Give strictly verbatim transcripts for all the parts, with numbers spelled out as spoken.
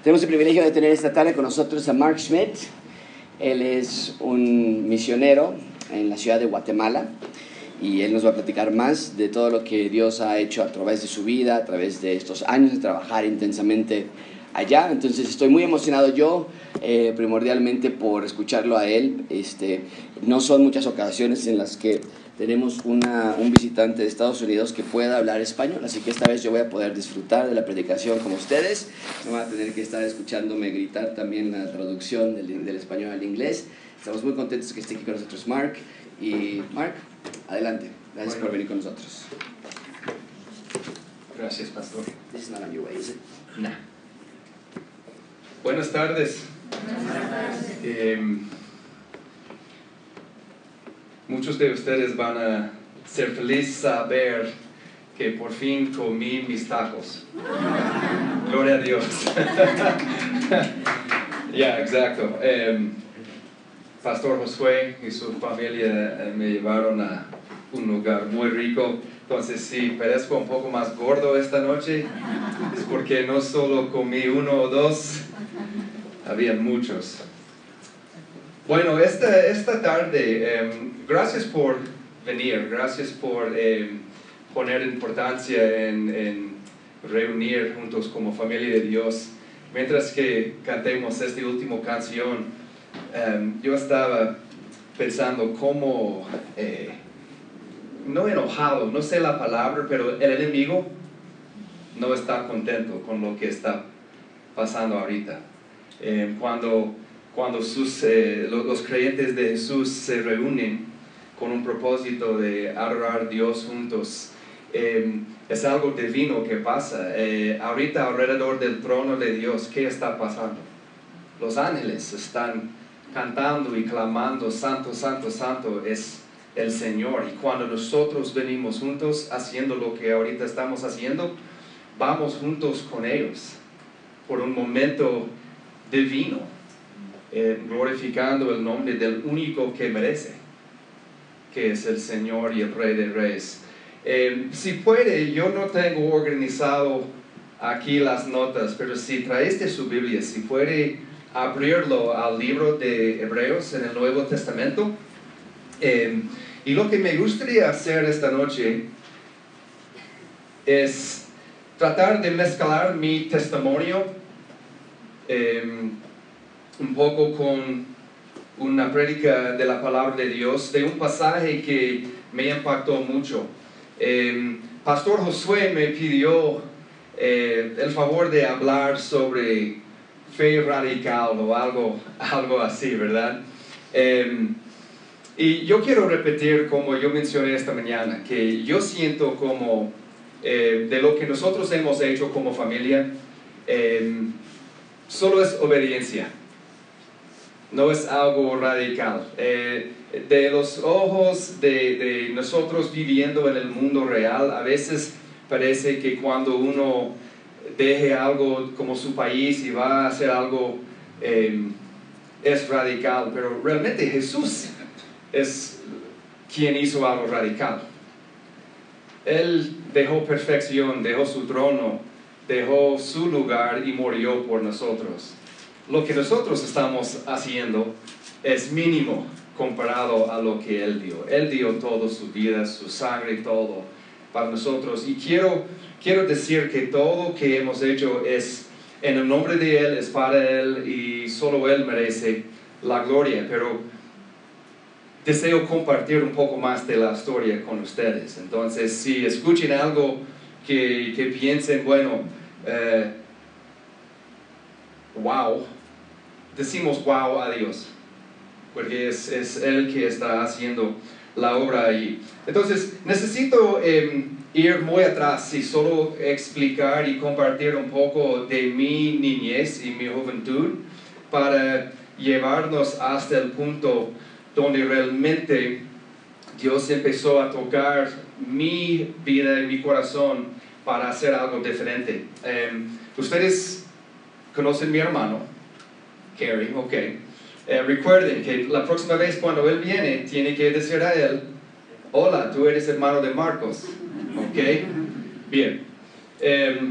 Tenemos el privilegio de tener esta tarde con nosotros a Mark Schmidt. Él es un misionero en la ciudad de Guatemala y él nos va a platicar más de todo lo que Dios ha hecho a través de su vida, a través de estos años de trabajar intensamente allá. Entonces estoy muy emocionado yo, eh, primordialmente por escucharlo a él. Este, no son muchas ocasiones en las que tenemos una, un visitante de Estados Unidos que pueda hablar español, así que esta vez yo voy a poder disfrutar de la predicación como ustedes. No van a tener que estar escuchándome gritar también la traducción del, del español al inglés. Estamos muy contentos que esté aquí con nosotros Mark. Y Mark, adelante. Gracias bueno. por venir con nosotros. Gracias, pastor. This is not on your way, is it? Nah. Buenas tardes. Eh, muchos de ustedes van a ser felices saber que por fin comí mis tacos. Gloria a Dios. Ya, yeah, exacto. Eh, Pastor Josué y su familia eh, me llevaron a un lugar muy rico. Entonces, si parezco un poco más gordo esta noche, es porque no solo comí uno o dos, había muchos. Bueno, esta, esta tarde, eh, gracias por venir, gracias por eh, poner importancia en, en reunir juntos como familia de Dios. Mientras que cantemos esta última canción, eh, yo estaba pensando cómo... Eh, no enojado, no sé la palabra, pero el enemigo no está contento con lo que está pasando ahorita. Eh, cuando cuando sus, eh, los, los creyentes de Jesús se reúnen con un propósito de adorar a Dios juntos, eh, es algo divino que pasa. Eh, ahorita alrededor del trono de Dios, ¿qué está pasando? Los ángeles están cantando y clamando, Santo, Santo, Santo es el Señor. Y cuando nosotros venimos juntos haciendo lo que ahorita estamos haciendo, vamos juntos con ellos por un momento divino, eh, glorificando el nombre del único que merece, que es el Señor y el Rey de Reyes. Eh, si puede, yo no tengo organizado aquí las notas, pero si traeste su Biblia, si puede abrirlo al libro de Hebreos en el Nuevo Testamento. Eh, y lo que me gustaría hacer esta noche es tratar de mezclar mi testimonio eh, un poco con una prédica de la palabra de Dios, de un pasaje que me impactó mucho. Eh, Pastor Josué me pidió eh, el favor de hablar sobre fe radical o algo, algo así, ¿verdad? Eh, Y yo quiero repetir, como yo mencioné esta mañana, que yo siento como eh, de lo que nosotros hemos hecho como familia, eh, solo es obediencia, no es algo radical. Eh, de los ojos de, de nosotros viviendo en el mundo real, a veces parece que cuando uno deje algo como su país y va a hacer algo, eh, es radical, pero realmente Jesús es quien hizo algo radical. Él dejó perfección, dejó su trono, dejó su lugar y murió por nosotros. Lo que nosotros estamos haciendo es mínimo comparado a lo que Él dio. Él dio todo, su vida, su sangre, todo para nosotros. Y quiero, quiero decir que todo que hemos hecho es en el nombre de Él, es para Él y solo Él merece la gloria. Pero deseo compartir un poco más de la historia con ustedes. Entonces, si escuchen algo que, que piensen, bueno, eh, wow, decimos wow a Dios, porque es, es Él que está haciendo la obra ahí. Entonces, necesito eh, ir muy atrás y solo explicar y compartir un poco de mi niñez y mi juventud para llevarnos hasta el punto donde realmente Dios empezó a tocar mi vida y mi corazón para hacer algo diferente. Um, Ustedes conocen a mi hermano, Kerry, ok. Uh, recuerden que la próxima vez cuando él viene, tiene que decir a él, hola, tú eres hermano de Marcos, ok. Bien. Um,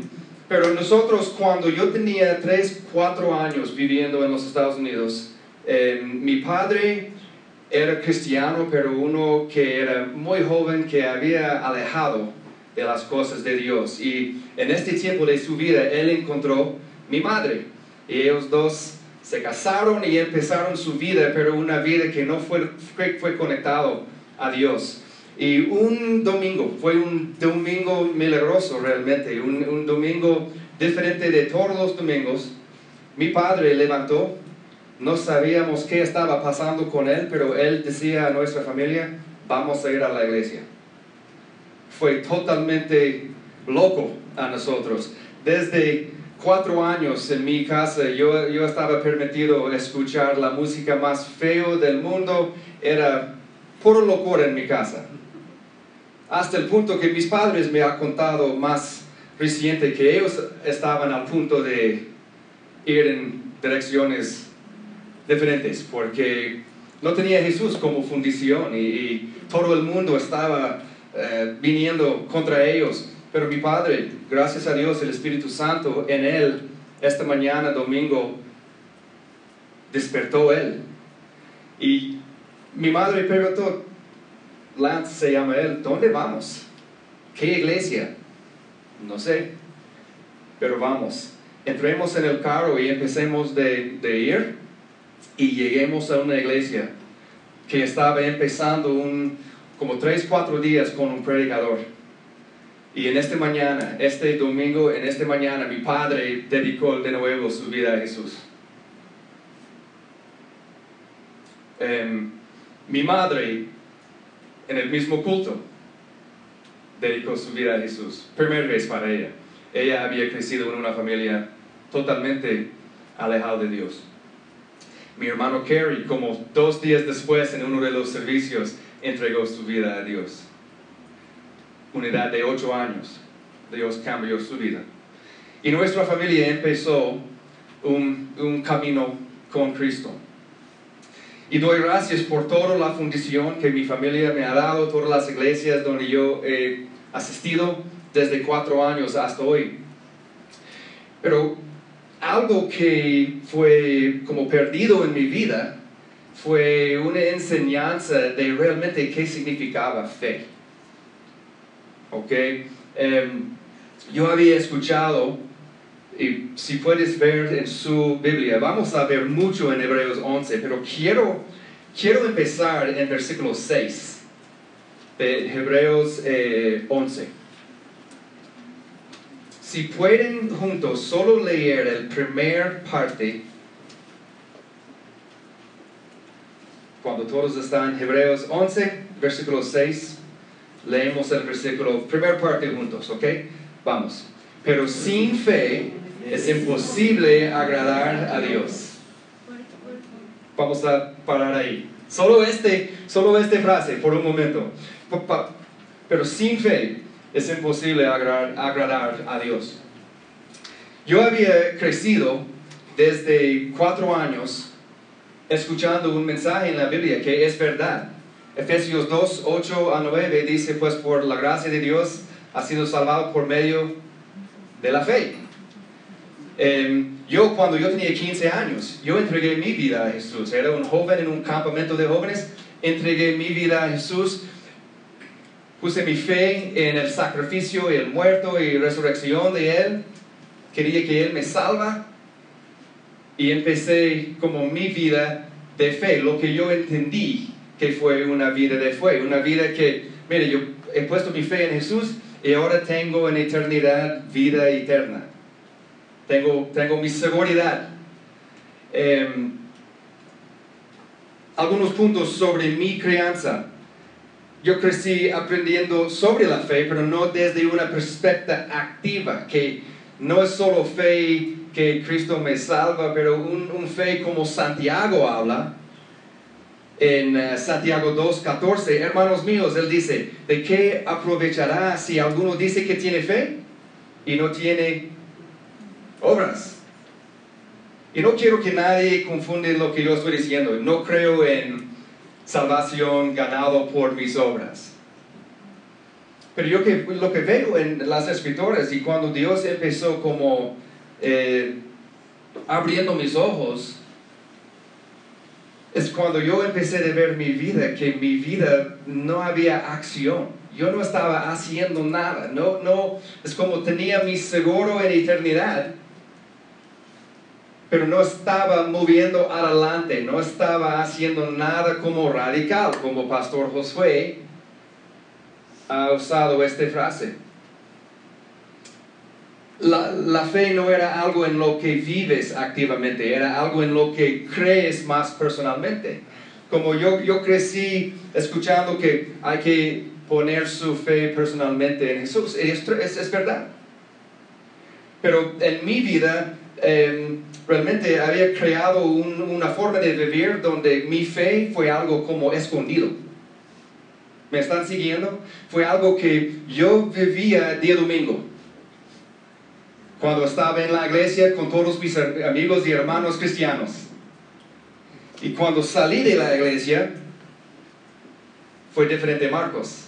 pero nosotros, cuando yo tenía tres, cuatro años viviendo en los Estados Unidos, eh, mi padre era cristiano, pero uno que era muy joven, que había alejado de las cosas de Dios. Y en este tiempo de su vida, él encontró mi madre. Y ellos dos se casaron y empezaron su vida, pero una vida que no fue, fue, fue conectado a Dios. Y un domingo, fue un domingo milagroso realmente, un, un domingo diferente de todos los domingos. Mi padre levantó, no sabíamos qué estaba pasando con él, pero él decía a nuestra familia, vamos a ir a la iglesia. Fue totalmente loco a nosotros. Desde cuatro años en mi casa, yo, yo estaba permitido escuchar la música más feo del mundo, era pura locura en mi casa. Hasta el punto que mis padres me han contado más reciente que ellos estaban al punto de ir en direcciones diferentes, porque no tenía Jesús como fundición y, y todo el mundo estaba eh, viniendo contra ellos. Pero mi padre, gracias a Dios, el Espíritu Santo en él, esta mañana, domingo, despertó él. Y mi madre preguntó, Lance se llama él, ¿dónde vamos? ¿Qué iglesia? No sé, pero vamos. Entremos en el carro y empecemos de, de ir y lleguemos a una iglesia que estaba empezando un, como tres, cuatro días con un predicador. Y en esta mañana, este domingo, en esta mañana, mi padre dedicó de nuevo su vida a Jesús. Um, mi madre, en el mismo culto, dedicó su vida a Jesús. Primera vez para ella. Ella había crecido en una familia totalmente alejada de Dios. Mi hermano Kerry, como dos días después, en uno de los servicios, entregó su vida a Dios. Una edad de ocho años, Dios cambió su vida. Y nuestra familia empezó un, un camino con Cristo. Y doy gracias por toda la fundición que mi familia me ha dado, todas las iglesias donde yo he asistido desde cuatro años hasta hoy. Pero algo que fue como perdido en mi vida fue una enseñanza de realmente qué significaba fe. ¿Ok? Um, yo había escuchado, y si puedes ver en su Biblia, vamos a ver mucho en Hebreos once, pero quiero, quiero empezar en versículo seis de Hebreos eh, once. Si pueden juntos solo leer el primer parte, cuando todos están en Hebreos once, versículo seis, leemos el versículo, primer parte juntos, ¿ok? Vamos. Pero sin fe es imposible agradar a Dios. Vamos a parar ahí. Solo este, solo esta frase por un momento. Pero sin fe es imposible agradar, agradar a Dios. Yo había crecido desde cuatro años escuchando un mensaje en la Biblia que es verdad. Efesios dos, ocho a nueve dice, pues por la gracia de Dios ha sido salvado por medio de la fe. Eh, yo cuando yo tenía quince años, yo entregué mi vida a Jesús. Era un joven en un campamento de jóvenes, entregué mi vida a Jesús. Puse mi fe en el sacrificio y el muerto y resurrección de Él. Quería que Él me salva. Y empecé como mi vida de fe, lo que yo entendí que fue una vida de fe. Una vida que, mire, yo he puesto mi fe en Jesús y ahora tengo en eternidad vida eterna. Tengo, tengo mi seguridad. Eh, algunos puntos sobre mi crianza. Yo crecí aprendiendo sobre la fe, pero no desde una perspectiva activa, que no es solo fe que Cristo me salva, pero un, un fe como Santiago habla. En uh, Santiago dos, catorce, hermanos míos, él dice, ¿de qué aprovechará si alguno dice que tiene fe y no tiene obras? Y no quiero que nadie confunda lo que yo estoy diciendo. No creo en salvación ganado por mis obras. Pero yo que, lo que veo en las escrituras y cuando Dios empezó como eh, abriendo mis ojos, es cuando yo empecé a ver mi vida, que mi vida no había acción. Yo no estaba haciendo nada. No, no, es como tenía mi seguro en eternidad, pero no estaba moviendo adelante, no estaba haciendo nada como radical, como Pastor Josué ha usado esta frase. La, la fe no era algo en lo que vives activamente, era algo en lo que crees más personalmente. Como yo, yo crecí escuchando que hay que poner su fe personalmente en Jesús, es, es, es verdad. Pero en mi vida, eh, realmente había creado un, una forma de vivir donde mi fe fue algo como escondido. ¿Me están siguiendo? Fue algo que yo vivía día domingo. Cuando estaba en la iglesia con todos mis amigos y hermanos cristianos. Y cuando salí de la iglesia, fue diferente Marcos.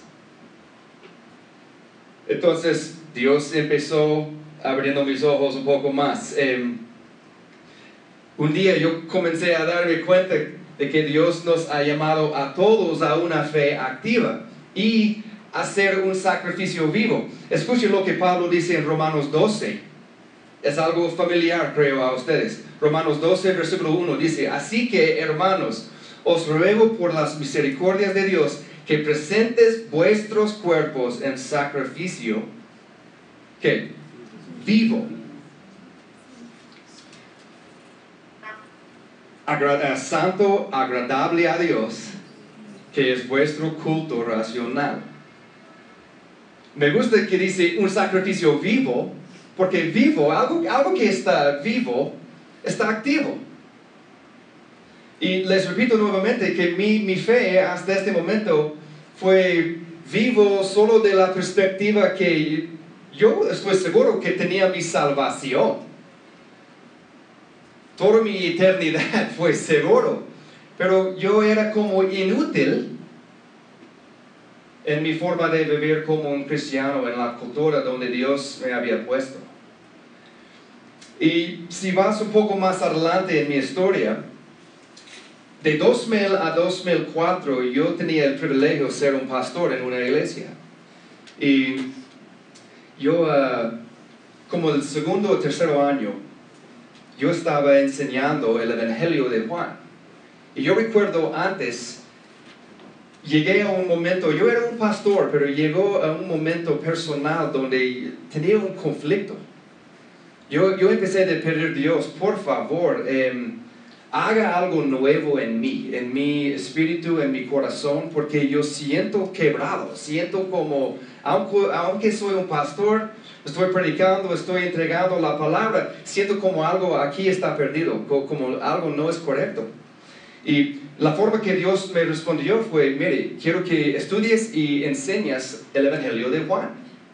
Entonces, Dios empezó abriendo mis ojos un poco más. Eh, un día yo comencé a darme cuenta de que Dios nos ha llamado a todos a una fe activa y a hacer un sacrificio vivo. Escuchen lo que Pablo dice en Romanos doce. Es algo familiar, creo, a ustedes. Romanos doce, versículo uno dice: así que, hermanos, os ruego por las misericordias de Dios que presentes vuestros cuerpos en sacrificio, ¿qué? Vivo, Agra- santo, agradable a Dios, que es vuestro culto racional. Me gusta que dice un sacrificio vivo, porque vivo, algo, algo que está vivo, está activo. Y les repito nuevamente que mi, mi fe hasta este momento fue vivo solo de la perspectiva que yo estoy seguro que tenía mi salvación. Toda mi eternidad fue seguro, pero yo era como inútil en mi forma de vivir como un cristiano en la cultura donde Dios me había puesto. Y si vas un poco más adelante en mi historia, de dos mil a dos mil cuatro yo tenía el privilegio de ser un pastor en una iglesia. Y yo, uh, como el segundo o tercero año, yo estaba enseñando el Evangelio de Juan. Y yo recuerdo antes, llegué a un momento, yo era un pastor, pero llegó a un momento personal donde tenía un conflicto. Yo, yo empecé a pedir a Dios, por favor, eh, haga algo nuevo en mí, en mi espíritu, en mi corazón, porque yo siento quebrado, siento como, aunque, aunque soy un pastor, estoy predicando, estoy entregando la palabra, siento como algo aquí está perdido, como algo no es correcto. Y la forma que Dios me respondió fue: mire, quiero que estudies y enseñas el Evangelio de Juan.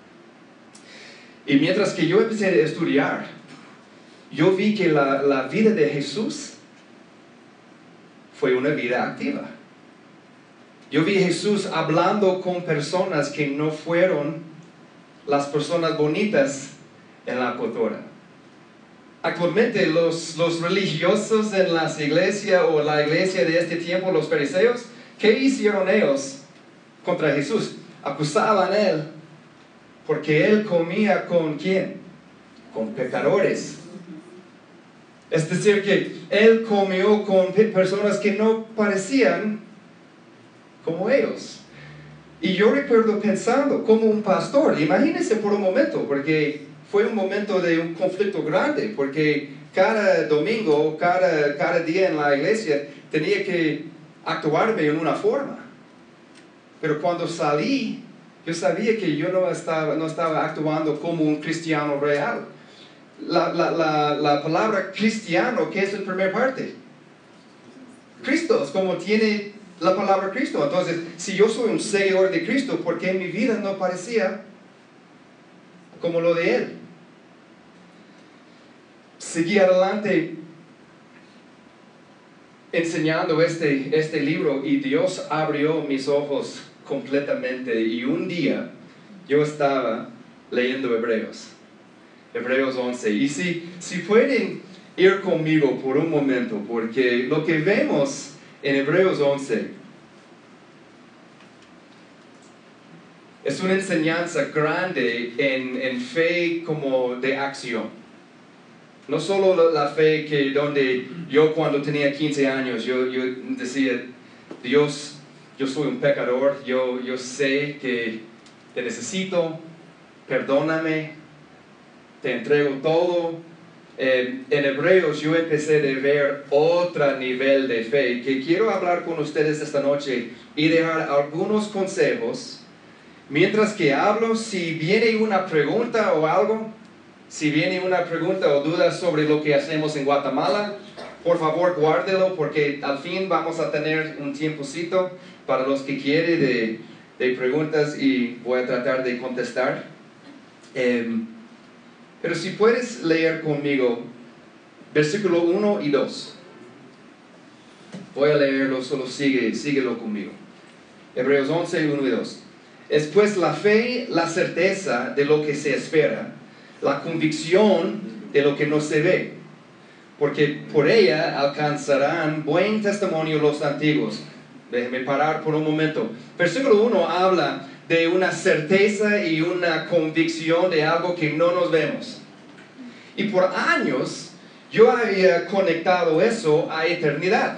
Y mientras que yo empecé a estudiar, yo vi que la, la vida de Jesús fue una vida activa. Yo vi a Jesús hablando con personas que no fueron las personas bonitas en la cultura. Actualmente los, los religiosos en las iglesias o la iglesia de este tiempo, los fariseos, ¿qué hicieron ellos contra Jesús? Acusaban a él porque él comía con ¿quién? Con pecadores. Es decir, que él comió con personas que no parecían como ellos. Y yo recuerdo pensando como un pastor, imagínense por un momento, porque fue un momento de un conflicto grande, porque cada domingo, cada, cada día en la iglesia tenía que actuarme en una forma. Pero cuando salí, yo sabía que yo no estaba, no estaba actuando como un cristiano real. La, la, la, la palabra cristiano, ¿qué es la primera parte? Cristo, es como tiene la palabra Cristo. Entonces, si yo soy un seguidor de Cristo, ¿por qué mi vida no parecía como lo de Él? Seguí adelante enseñando este, este libro y Dios abrió mis ojos completamente. Y un día yo estaba leyendo Hebreos, Hebreos once. Y si, si pueden ir conmigo por un momento, porque lo que vemos en Hebreos once es una enseñanza grande en, en fe como de acción. No solo la, la fe que donde yo cuando tenía quince años, yo, yo decía, Dios, yo soy un pecador, yo, yo sé que te necesito, perdóname, te entrego todo. Eh, en Hebreos yo empecé a ver otro nivel de fe que quiero hablar con ustedes esta noche y dejar algunos consejos. Mientras que hablo, si viene una pregunta o algo, si viene una pregunta o duda sobre lo que hacemos en Guatemala, por favor guárdelo, porque al fin vamos a tener un tiempocito para los que quieren de, de preguntas y voy a tratar de contestar. Eh, pero si puedes leer conmigo versículo uno y dos. Voy a leerlo, solo sigue, síguelo conmigo. Hebreos once, uno y dos. Es pues la fe, la certeza de lo que se espera, la convicción de lo que no se ve, porque por ella alcanzarán buen testimonio los antiguos. Déjenme parar por un momento. Versículo uno habla de una certeza y una convicción de algo que no nos vemos. Y por años yo había conectado eso a eternidad.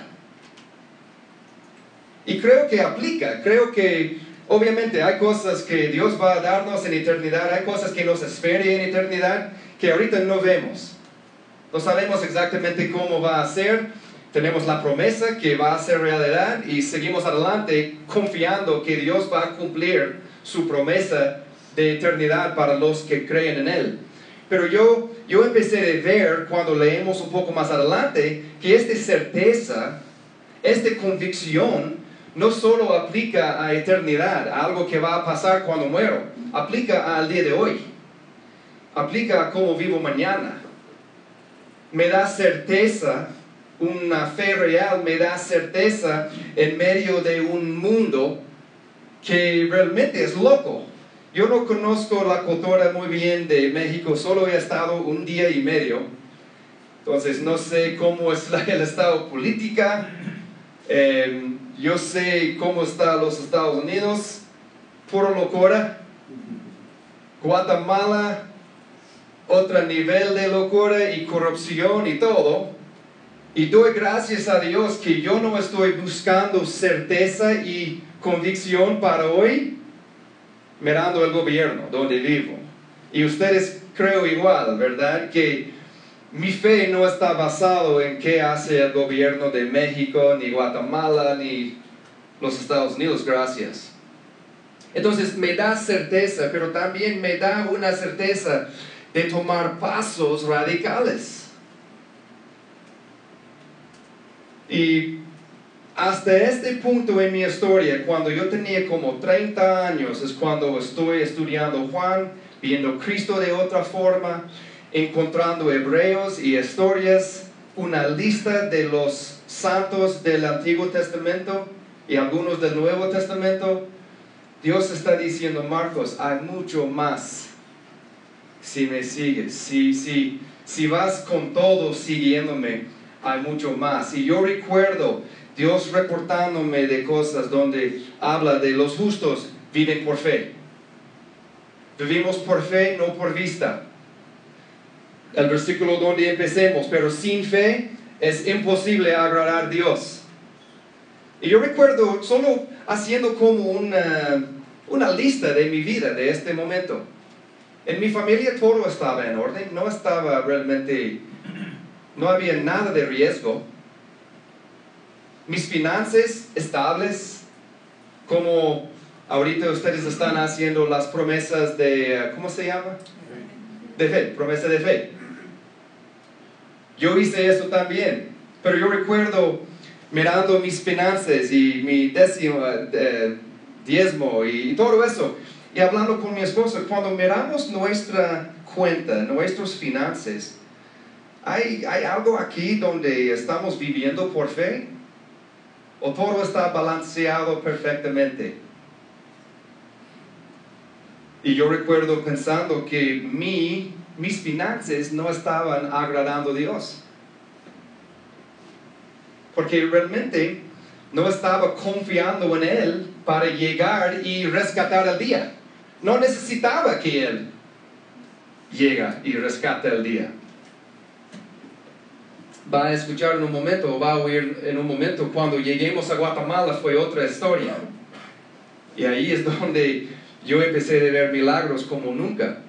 Y creo que aplica, creo que obviamente hay cosas que Dios va a darnos en eternidad, hay cosas que nos esperan en eternidad que ahorita no vemos. No sabemos exactamente cómo va a ser, tenemos la promesa que va a ser realidad y seguimos adelante confiando que Dios va a cumplir su promesa de eternidad para los que creen en Él. Pero yo, yo empecé a ver cuando leemos un poco más adelante que esta certeza, esta convicción, no solo aplica a eternidad, a algo que va a pasar cuando muero, aplica al día de hoy, aplica a cómo vivo mañana. Me da certeza, una fe real, me da certeza en medio de un mundo que realmente es loco. Yo no conozco la cultura muy bien de México, solo he estado un día y medio, entonces no sé cómo es la, el estado política. Eh, yo sé cómo están los Estados Unidos, pura locura. Guatemala, otro nivel de locura y corrupción y todo. Y doy gracias a Dios que yo no estoy buscando certeza y convicción para hoy, mirando el gobierno donde vivo. Y ustedes creo igual, ¿verdad? Que mi fe no está basado en qué hace el gobierno de México, ni Guatemala, ni los Estados Unidos, gracias. Entonces me da certeza, pero también me da una certeza de tomar pasos radicales. Y hasta este punto en mi historia, cuando yo tenía como treinta años, es cuando estoy estudiando Juan, viendo Cristo de otra forma, encontrando hebreos y historias, una lista de los santos del Antiguo Testamento y algunos del Nuevo Testamento. Dios está diciendo, Marcos, hay mucho más si me sigues, si, si, si vas con todo siguiéndome, hay mucho más. Y yo recuerdo Dios recordándome de cosas donde habla de los justos viven por fe. Vivimos por fe, no por vista. El versículo donde empecemos, pero sin fe es imposible agradar a Dios. Y yo recuerdo solo haciendo como una, una lista de mi vida, de este momento. En mi familia todo estaba en orden, no estaba realmente, no había nada de riesgo. Mis finanzas estables, como ahorita ustedes están haciendo las promesas de, ¿cómo se llama? De fe, promesa de fe. Yo hice eso también, pero yo recuerdo mirando mis finanzas y mi décimo, eh, diezmo y, y todo eso, y hablando con mi esposa, cuando miramos nuestra cuenta, nuestras finanzas, ¿hay, hay algo aquí donde estamos viviendo por fe? ¿O todo está balanceado perfectamente? Y yo recuerdo pensando que mi, mis finanzas no estaban agradando a Dios. Porque realmente no estaba confiando en Él para llegar y rescatar el día. No necesitaba que Él llegue y rescate el día. Va a escuchar en un momento, o va a oír en un momento, cuando lleguemos a Guatemala fue otra historia. Y ahí es donde yo empecé a ver milagros como nunca.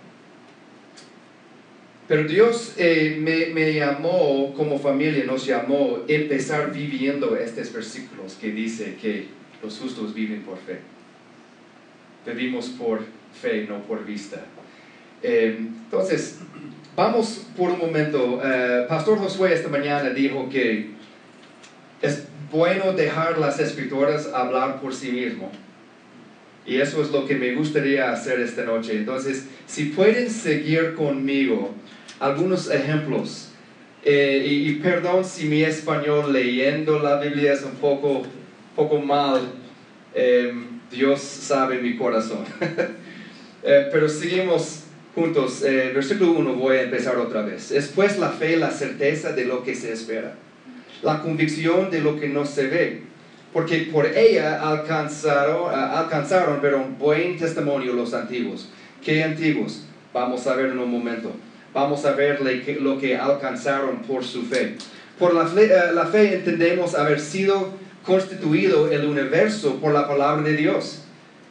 Pero Dios eh, me, me llamó, como familia nos llamó, a empezar viviendo estos versículos que dice que los justos viven por fe. Vivimos por fe, no por vista. Eh, entonces, vamos por un momento. Uh, Pastor Josué esta mañana dijo que es bueno dejar las escrituras hablar por sí mismo. Y eso es lo que me gustaría hacer esta noche. Entonces, si pueden seguir conmigo algunos ejemplos. Eh, y, y perdón si mi español leyendo la Biblia es un poco, poco mal. Eh, Dios sabe mi corazón. eh, pero seguimos juntos. Eh, versículo uno, voy a empezar otra vez. Es pues la fe, la certeza de lo que se espera, la convicción de lo que no se ve. Porque por ella alcanzaron, alcanzaron pero un buen testimonio los antiguos. ¿Qué antiguos? Vamos a ver en un momento. Vamos a ver lo que alcanzaron por su fe. Por la fe, la fe entendemos haber sido constituido el universo por la palabra de Dios.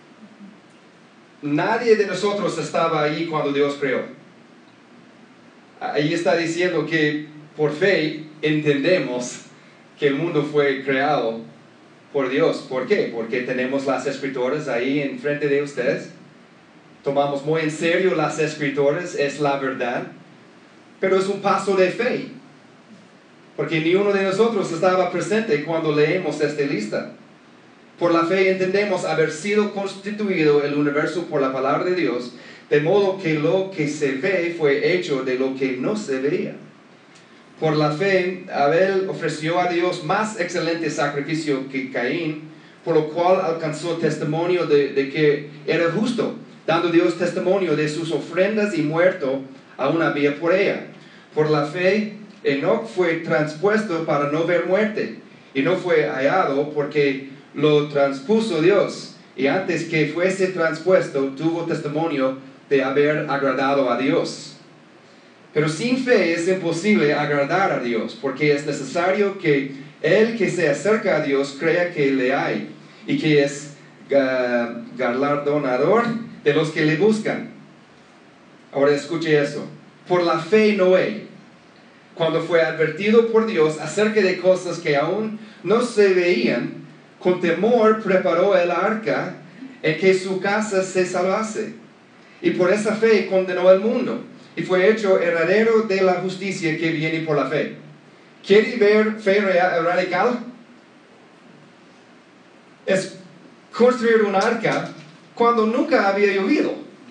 Nadie de nosotros estaba ahí cuando Dios creó. Ahí está diciendo que por fe entendemos que el mundo fue creado por Dios. ¿Por qué? Porque tenemos las escrituras ahí enfrente de ustedes. Tomamos muy en serio las escrituras, es la verdad. Pero es un paso de fe. Porque ni uno de nosotros estaba presente cuando leemos esta lista. Por la fe entendemos haber sido constituido el universo por la palabra de Dios, de modo que lo que se ve fue hecho de lo que no se veía. Por la fe, Abel ofreció a Dios más excelente sacrificio que Caín, por lo cual alcanzó testimonio de, de que era justo, dando Dios testimonio de sus ofrendas y muerto aún había por ella. Por la fe, Enoc fue transpuesto para no ver muerte, y no fue hallado porque lo transpuso Dios, y antes que fuese transpuesto, tuvo testimonio de haber agradado a Dios. Pero sin fe es imposible agradar a Dios, porque es necesario que el que se acerca a Dios crea que le hay, y que es uh, galardonador de los que le buscan. Ahora escuche eso. Por la fe Noé, cuando fue advertido por Dios acerca de cosas que aún no se veían, con temor preparó el arca en que su casa se salvase. Y por esa fe condenó al mundo, y fue hecho heredero de la justicia que viene por la fe. ¿Quiere ver fe radical? Es construir un arca cuando nunca había llovido.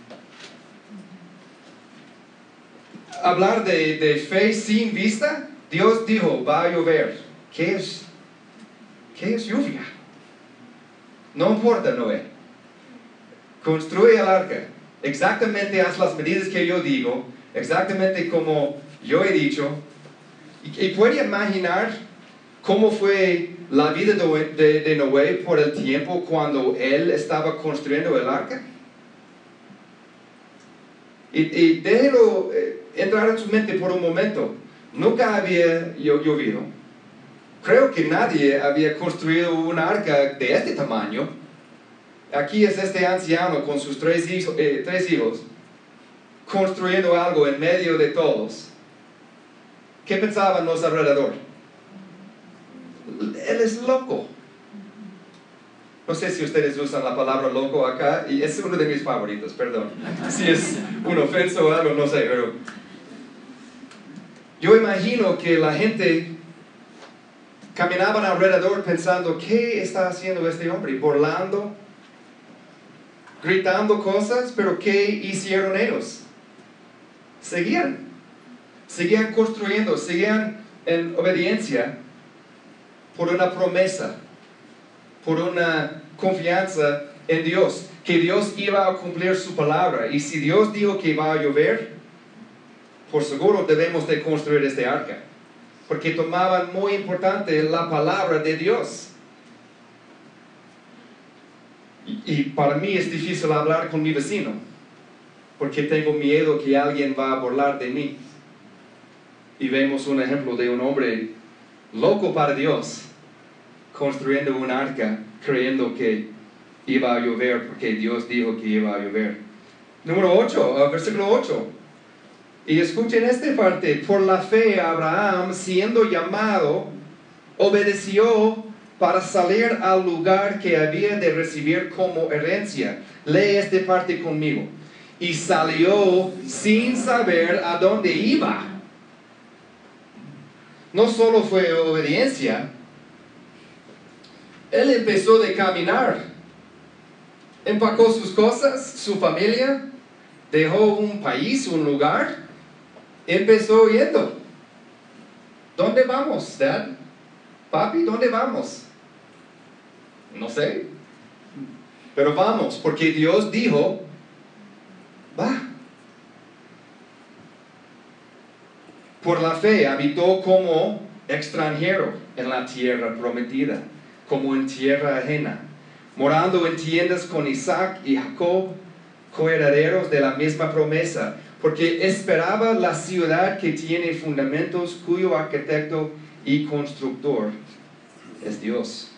Hablar de, de fe sin vista. Dios dijo, va a llover. ¿Qué es? ¿Qué es lluvia? No importa, Noé. Construye el arca. Exactamente haz las medidas que yo digo. Exactamente como yo he dicho. Y, y puede imaginar cómo fue la vida de, de, de Noé por el tiempo cuando él estaba construyendo el arca. Y, y déjelo eh, entrar en su mente por un momento. Nunca había llovido. Creo que nadie había construido un arca de este tamaño. Aquí es este anciano con sus tres hijos, eh, tres hijos construyendo algo en medio de todos. ¿Qué pensaban los alrededor? Él es loco. No sé si ustedes usan la palabra loco acá, y es uno de mis favoritos, perdón. Si es una ofensa o algo, no sé, pero yo imagino que la gente caminaban alrededor pensando, ¿qué está haciendo este hombre? Burlando, gritando cosas, pero ¿qué hicieron ellos? Seguían, seguían construyendo, seguían en obediencia por una promesa, por una confianza en Dios. que Dios iba a cumplir su palabra. Y si Dios dijo que iba a llover, por seguro debemos de construir este arca. Porque tomaban muy importante la palabra de Dios. Y, y para mí es difícil hablar con mi vecino, porque tengo miedo que alguien va a burlar de mí. Y vemos un ejemplo de un hombre loco para Dios, construyendo un arca, creyendo que iba a llover, porque Dios dijo que iba a llover. Número ocho, versículo ocho. Y escuchen esta parte. Por la fe Abraham, siendo llamado, obedeció para salir al lugar que había de recibir como herencia. Lee esta parte conmigo. Y salió sin saber a dónde iba. No solo fue obediencia, él empezó de caminar. Empacó sus cosas, su familia, dejó un país, un lugar, empezó yendo. ¿Dónde vamos, Dad? Papi, ¿dónde vamos? No sé. Pero vamos, porque Dios dijo, va. Por la fe habitó como extranjero en la tierra prometida, como en tierra ajena, morando en tiendas con Isaac y Jacob, coherederos de la misma promesa, porque esperaba la ciudad que tiene fundamentos, cuyo arquitecto y constructor es Dios.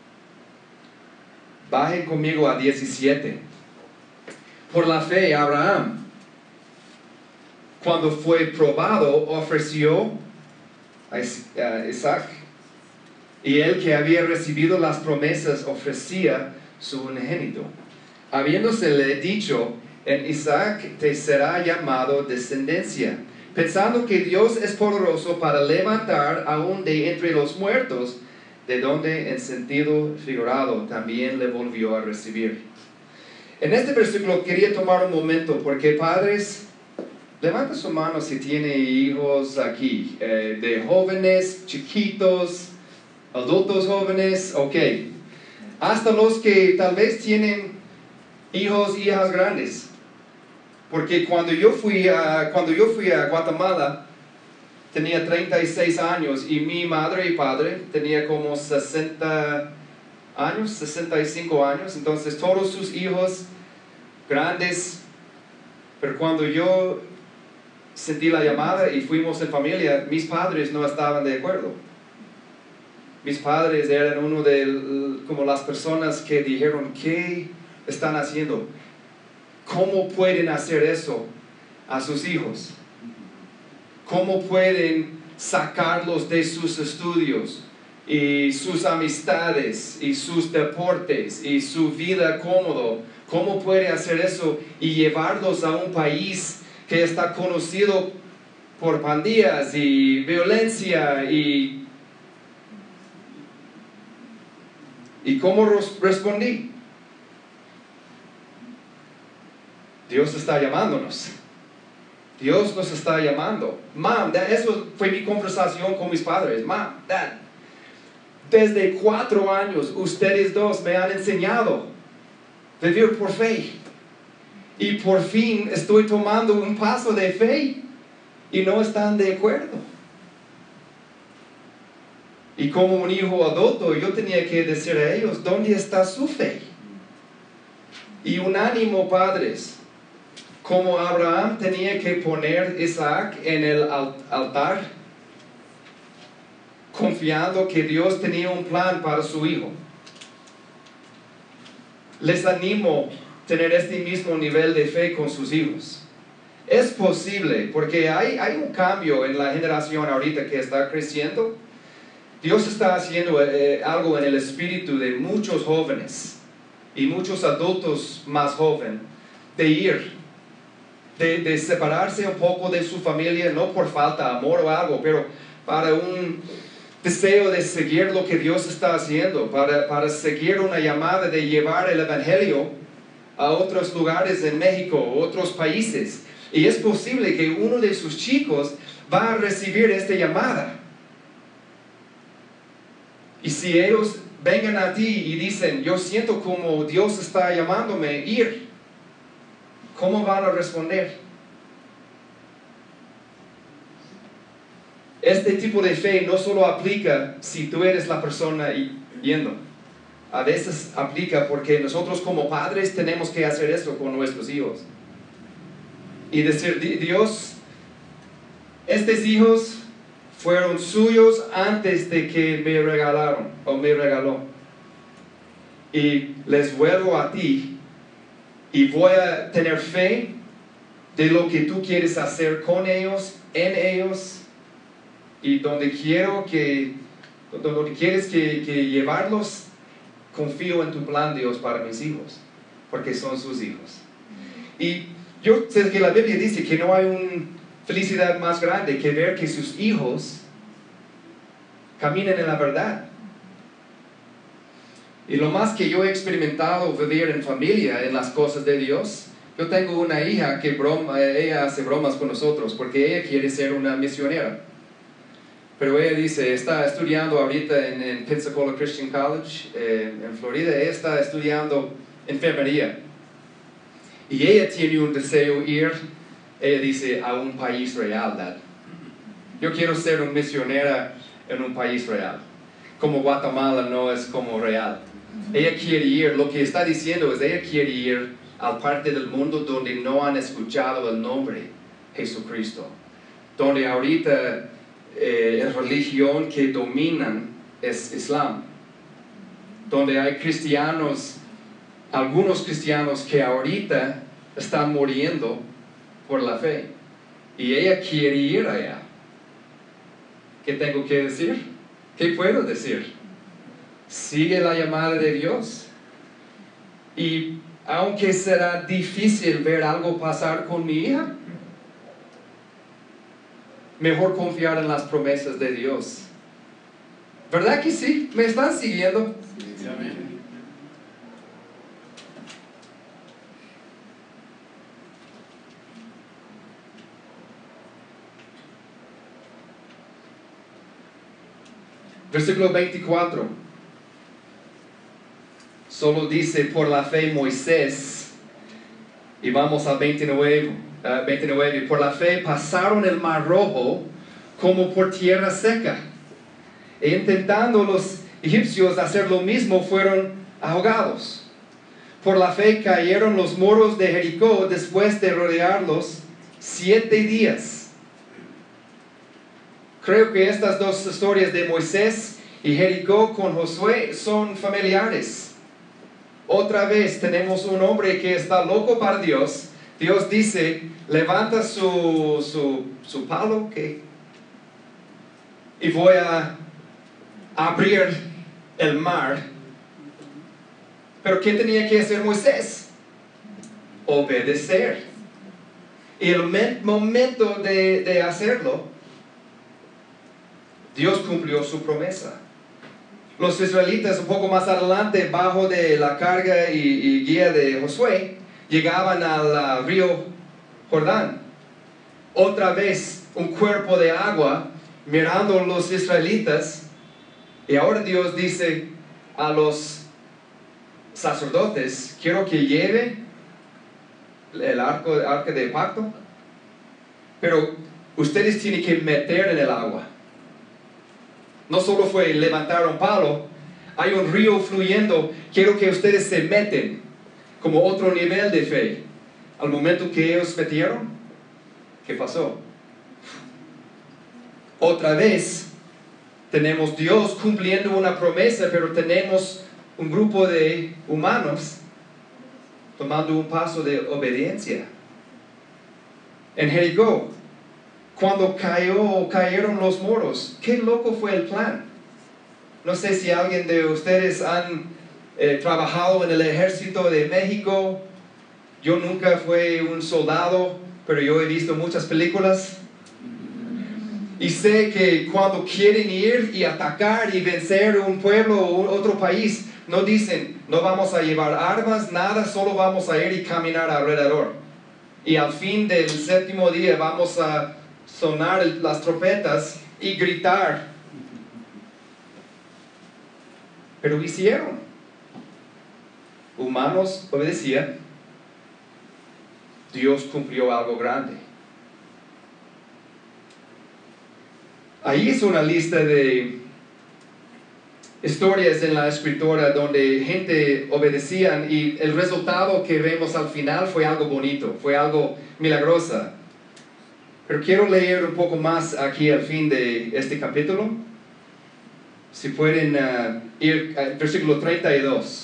Bajen conmigo a diecisiete. Por la fe Abraham, cuando fue probado, ofreció a Isaac, y él que había recibido las promesas ofrecía su unigénito, habiéndosele dicho, en Isaac te será llamado descendencia, pensando que Dios es poderoso para levantar aún de entre los muertos, de donde en sentido figurado también le volvió a recibir. En este versículo quería tomar un momento, porque padres, levanta su mano si tiene hijos aquí, eh, de jóvenes, chiquitos, adultos jóvenes, ok. Hasta los que tal vez tienen hijos, hijas grandes. Porque cuando yo fui a, cuando yo fui a Guatemala, tenía treinta y seis años y mi madre y padre tenía como sesenta años, sesenta y cinco años. Entonces todos sus hijos grandes. Pero cuando yo sentí la llamada y fuimos en familia, mis padres no estaban de acuerdo. Mis padres eran uno de como las personas que dijeron, ¿qué están haciendo? ¿Cómo pueden hacer eso a sus hijos? ¿Cómo pueden sacarlos de sus estudios y sus amistades y sus deportes y su vida cómodo? ¿Cómo puede hacer eso y llevarlos a un país que está conocido por pandillas y violencia? Y, ¿y cómo respondí? Dios está llamándonos. Dios nos está llamando. Mom, that, eso fue mi conversación con mis padres. Mom, Dad, desde cuatro años ustedes dos me han enseñado a vivir por fe. Y por fin estoy tomando un paso de fe y no están de acuerdo. Y como un hijo adulto, yo tenía que decir a ellos, ¿dónde está su fe? Y unánimo, padres, como Abraham tenía que poner a Isaac en el altar, confiando que Dios tenía un plan para su hijo. Les animo a tener este mismo nivel de fe con sus hijos. Es posible, porque hay, hay un cambio en la generación ahorita que está creciendo. Dios está haciendo eh, algo en el espíritu de muchos jóvenes y muchos adultos más jóvenes, de ir, de, de separarse un poco de su familia, no por falta de amor o algo, pero para un deseo de seguir lo que Dios está haciendo, para, para seguir una llamada de llevar el evangelio a otros lugares en México, otros países. Y es posible que uno de sus chicos va a recibir esta llamada. Y si ellos vengan a ti y dicen, yo siento como Dios está llamándome a ir, ¿cómo van a responder? Este tipo de fe no solo aplica si tú eres la persona yendo. A veces aplica porque nosotros como padres tenemos que hacer esto con nuestros hijos. Y decir, Dios, estos hijos fueron suyos antes de que me regalaron o me regaló. Y les vuelvo a ti y voy a tener fe de lo que tú quieres hacer con ellos, en ellos, y donde quiero que, donde quieres que, que llevarlos, confío en tu plan, Dios, para mis hijos, porque son sus hijos. Y yo sé que la Biblia dice que no hay una felicidad más grande que ver que sus hijos caminen en la verdad. Y lo más que yo he experimentado vivir en familia, en las cosas de Dios, yo tengo una hija que broma, ella hace bromas con nosotros porque ella quiere ser una misionera. Pero ella dice, está estudiando ahorita en, en Pensacola Christian College, eh, en Florida. Ella está estudiando enfermería. Y ella tiene un deseo ir, ella dice, a un país real, Dad. Yo quiero ser una misionera en un país real. Como Guatemala no es como real. Ella quiere ir, lo que está diciendo es, ella quiere ir a parte del mundo donde no han escuchado el nombre Jesucristo. Donde ahorita eh, la religión que dominan es Islam. Donde hay cristianos, algunos cristianos que ahorita están muriendo por la fe. Y ella quiere ir allá. ¿Qué tengo que decir? ¿Qué puedo decir? Sigue la llamada de Dios. Y aunque será difícil ver algo pasar con mi hija, mejor confiar en las promesas de Dios. ¿Verdad que sí? ¿Me están siguiendo? Sí, amén. Versículo veinticuatro. Solo dice por la fe Moisés. Y vamos al veintinueve. Uh, veintinueve. Por la fe pasaron el mar rojo como por tierra seca. E intentando los egipcios hacer lo mismo, fueron ahogados. Por la fe cayeron los muros de Jericó después de rodearlos siete días. Creo que estas dos historias de Moisés y Jericó con Josué son familiares. Otra vez tenemos un hombre que está loco para Dios. Dios dice, levanta su, su, su palo ¿qué? y voy a abrir el mar. Pero ¿qué tenía que hacer Moisés? Obedecer. Y el momento de, de hacerlo, Dios cumplió su promesa. Los israelitas un poco más adelante, bajo de la carga y, y guía de Josué, llegaban al uh, río Jordán. Otra vez un cuerpo de agua mirando a los israelitas. Y ahora Dios dice a los sacerdotes, quiero que lleve el arco, arca de pacto, pero ustedes tienen que meter en el agua. No solo fue levantar un palo, hay un río fluyendo, quiero que ustedes se meten como otro nivel de fe. Al momento que ellos metieron, ¿qué pasó? Otra vez tenemos Dios cumpliendo una promesa, pero tenemos un grupo de humanos tomando un paso de obediencia. En Jericó, cuando cayó, cayeron los muros, qué loco fue el plan. No sé si alguien de ustedes han eh, trabajado en el ejército de México. Yo nunca fui un soldado, pero yo he visto muchas películas. Y sé que cuando quieren ir y atacar y vencer un pueblo o otro país, no dicen, no vamos a llevar armas, nada, solo vamos a ir y caminar alrededor. Y al fin del séptimo día vamos a sonar las trompetas y gritar. pero hicieron. Humanos obedecían. Dios cumplió algo grande. Ahí es una lista de historias en la escritura donde gente obedecían y el resultado que vemos al final fue algo bonito, fue algo milagroso. Pero quiero leer un poco más aquí al fin de este capítulo. Si pueden uh, ir al versículo treinta y dos.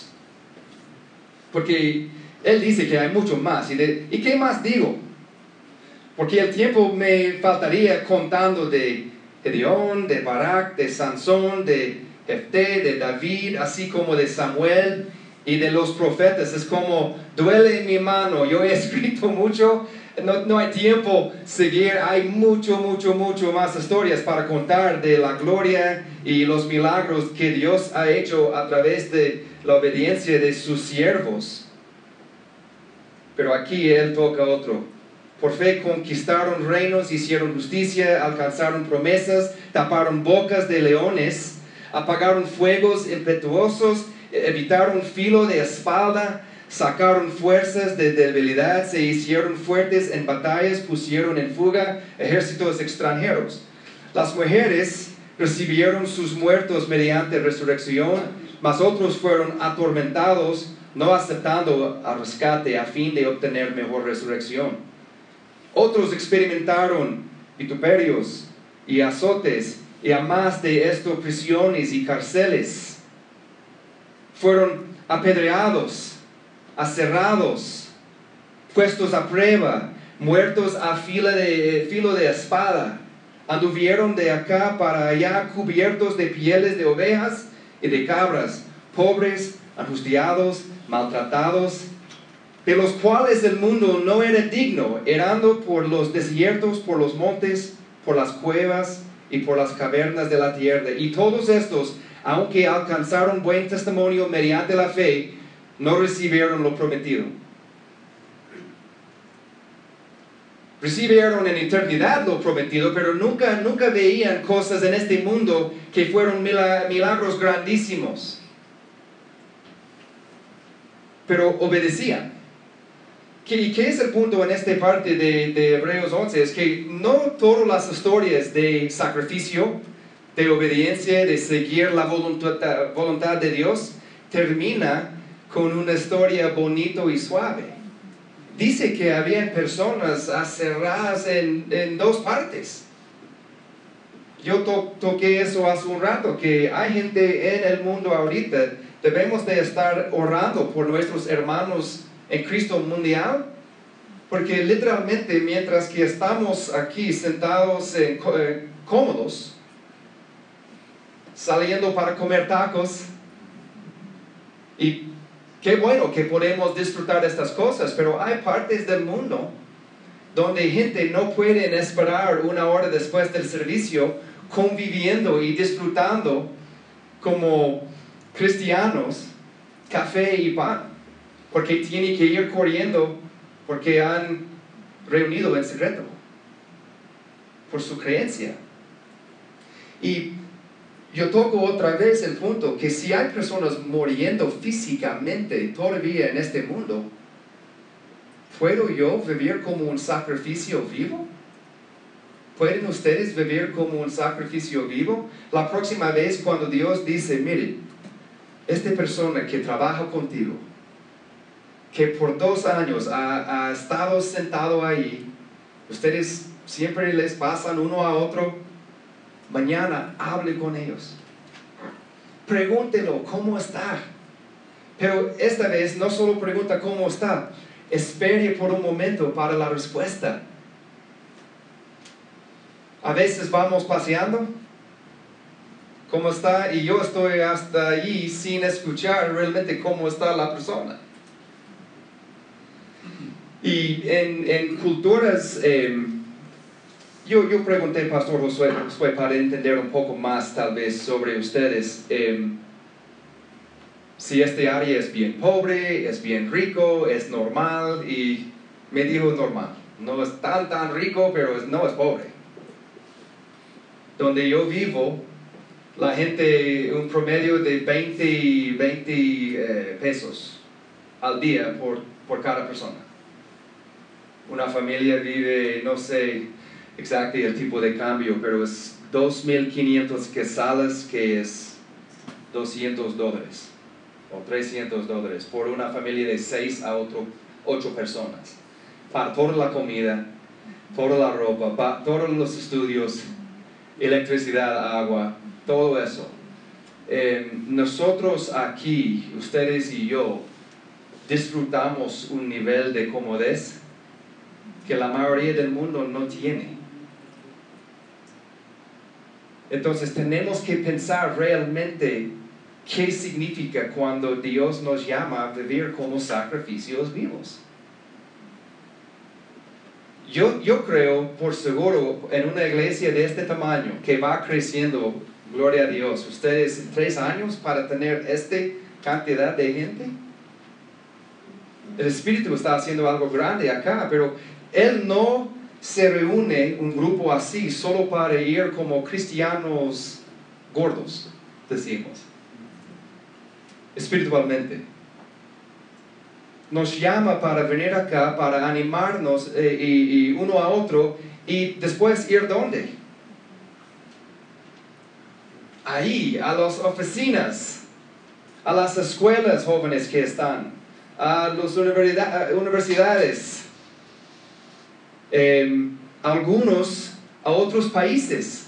Porque él dice que hay mucho más. ¿Y, de, ¿y qué más digo? Porque el tiempo me faltaría contando de Gedeón, de Barak, de Sansón, de Jefté, de David, así como de Samuel y de los profetas. Es como, duele en mi mano, yo he escrito mucho, no, no hay tiempo seguir, hay mucho, mucho, mucho más historias para contar de la gloria y los milagros que Dios ha hecho a través de la obediencia de sus siervos. Pero aquí Él toca otro. Por fe conquistaron reinos, hicieron justicia, alcanzaron promesas, taparon bocas de leones, apagaron fuegos impetuosos, evitaron filo de espada, sacaron fuerzas de debilidad, se hicieron fuertes en batallas, pusieron en fuga ejércitos extranjeros. Las mujeres recibieron sus muertos mediante resurrección, mas otros fueron atormentados, no aceptando al rescate a fin de obtener mejor resurrección. Otros experimentaron vituperios y azotes, y a más de esto prisiones y cárceles. Fueron apedreados, aserrados, puestos a prueba, muertos a filo de, filo de espada. Anduvieron de acá para allá cubiertos de pieles de ovejas y de cabras, pobres, angustiados, maltratados, de los cuales el mundo no era digno, errando por los desiertos, por los montes, por las cuevas y por las cavernas de la tierra. Y todos estos, aunque alcanzaron buen testimonio mediante la fe, no recibieron lo prometido. Recibieron en eternidad lo prometido, pero nunca, nunca veían cosas en este mundo que fueron milagros grandísimos. Pero obedecían. ¿Y qué es el punto en esta parte de, de Hebreos once? Es que no todas las historias de sacrificio, de obediencia, de seguir la voluntad, voluntad de Dios, termina con una historia bonita y suave. Dice que habían personas aserradas en, en dos partes. Yo to, toqué eso hace un rato, que hay gente en el mundo ahorita, debemos de estar orando por nuestros hermanos en Cristo mundial, porque literalmente mientras que estamos aquí sentados en, eh, cómodos, saliendo para comer tacos, y qué bueno que podemos disfrutar de estas cosas, pero hay partes del mundo donde gente no puede esperar una hora después del servicio conviviendo y disfrutando como cristianos café y pan, porque tienen que ir corriendo porque han reunido en secreto por su creencia. Y yo toco otra vez el punto que si hay personas muriendo físicamente todavía en este mundo, ¿puedo yo vivir como un sacrificio vivo? ¿Pueden ustedes vivir como un sacrificio vivo? La próxima vez cuando Dios dice, mire, esta persona que trabaja contigo, que por dos años ha, ha estado sentado ahí, ustedes siempre les pasan uno a otro, mañana hable con ellos, pregúntelo cómo está, pero esta vez no solo pregunta cómo está, espere por un momento para la respuesta. A veces vamos paseando, ¿cómo está? Y yo estoy hasta allí sin escuchar realmente cómo está la persona. Y en, en culturas, eh, yo, yo pregunté, Pastor Josué, Josué, para entender un poco más tal vez sobre ustedes, eh, si este área es bien pobre, es bien rico, es normal, y me dijo normal. No es tan tan rico, pero es, no es pobre. Donde yo vivo, la gente, un promedio de veinte, veinte eh, pesos al día por, por cada persona. Una familia vive, no sé exactamente el tipo de cambio, pero es dos mil quinientos quetzales, que es doscientos dólares o trescientos dólares por una familia de seis a ocho personas. Para toda la comida, toda la ropa, para todos los estudios, electricidad, agua, todo eso. Eh, nosotros aquí, ustedes y yo, disfrutamos un nivel de comodez que la mayoría del mundo no tiene. Entonces tenemos que pensar realmente qué significa cuando Dios nos llama a vivir como sacrificios vivos. Yo, yo creo, por seguro, en una iglesia de este tamaño, que va creciendo, gloria a Dios, ustedes tres años para tener esta cantidad de gente. El Espíritu está haciendo algo grande acá, pero Él no se reúne un grupo así solo para ir como cristianos gordos, decimos, espiritualmente. Nos llama para venir acá, para animarnos eh, y, y uno a otro, y después ir ¿dónde? Ahí, a las oficinas, a las escuelas jóvenes que están, a las universidades, eh, algunos a otros países,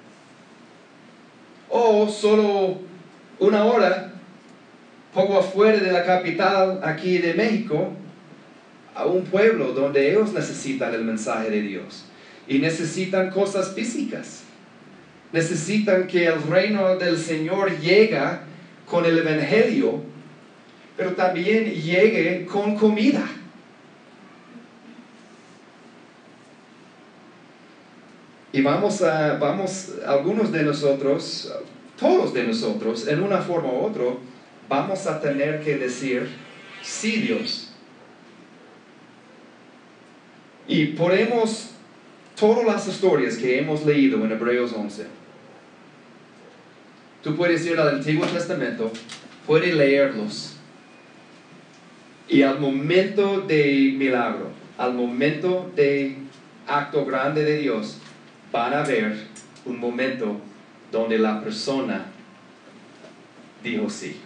o solo una hora poco afuera de la capital aquí de México, a un pueblo donde ellos necesitan el mensaje de Dios y necesitan cosas físicas. Necesitan que el reino del Señor llegue con el Evangelio, pero también llegue con comida. Y vamos a, vamos, algunos de nosotros, todos de nosotros, en una forma u otra, vamos a tener que decir, sí, Dios. Y ponemos todas las historias que hemos leído en Hebreos once. Tú puedes ir al Antiguo Testamento, puedes leerlos, y al momento de milagro, al momento de acto grande de Dios, van a ver un momento donde la persona dijo sí.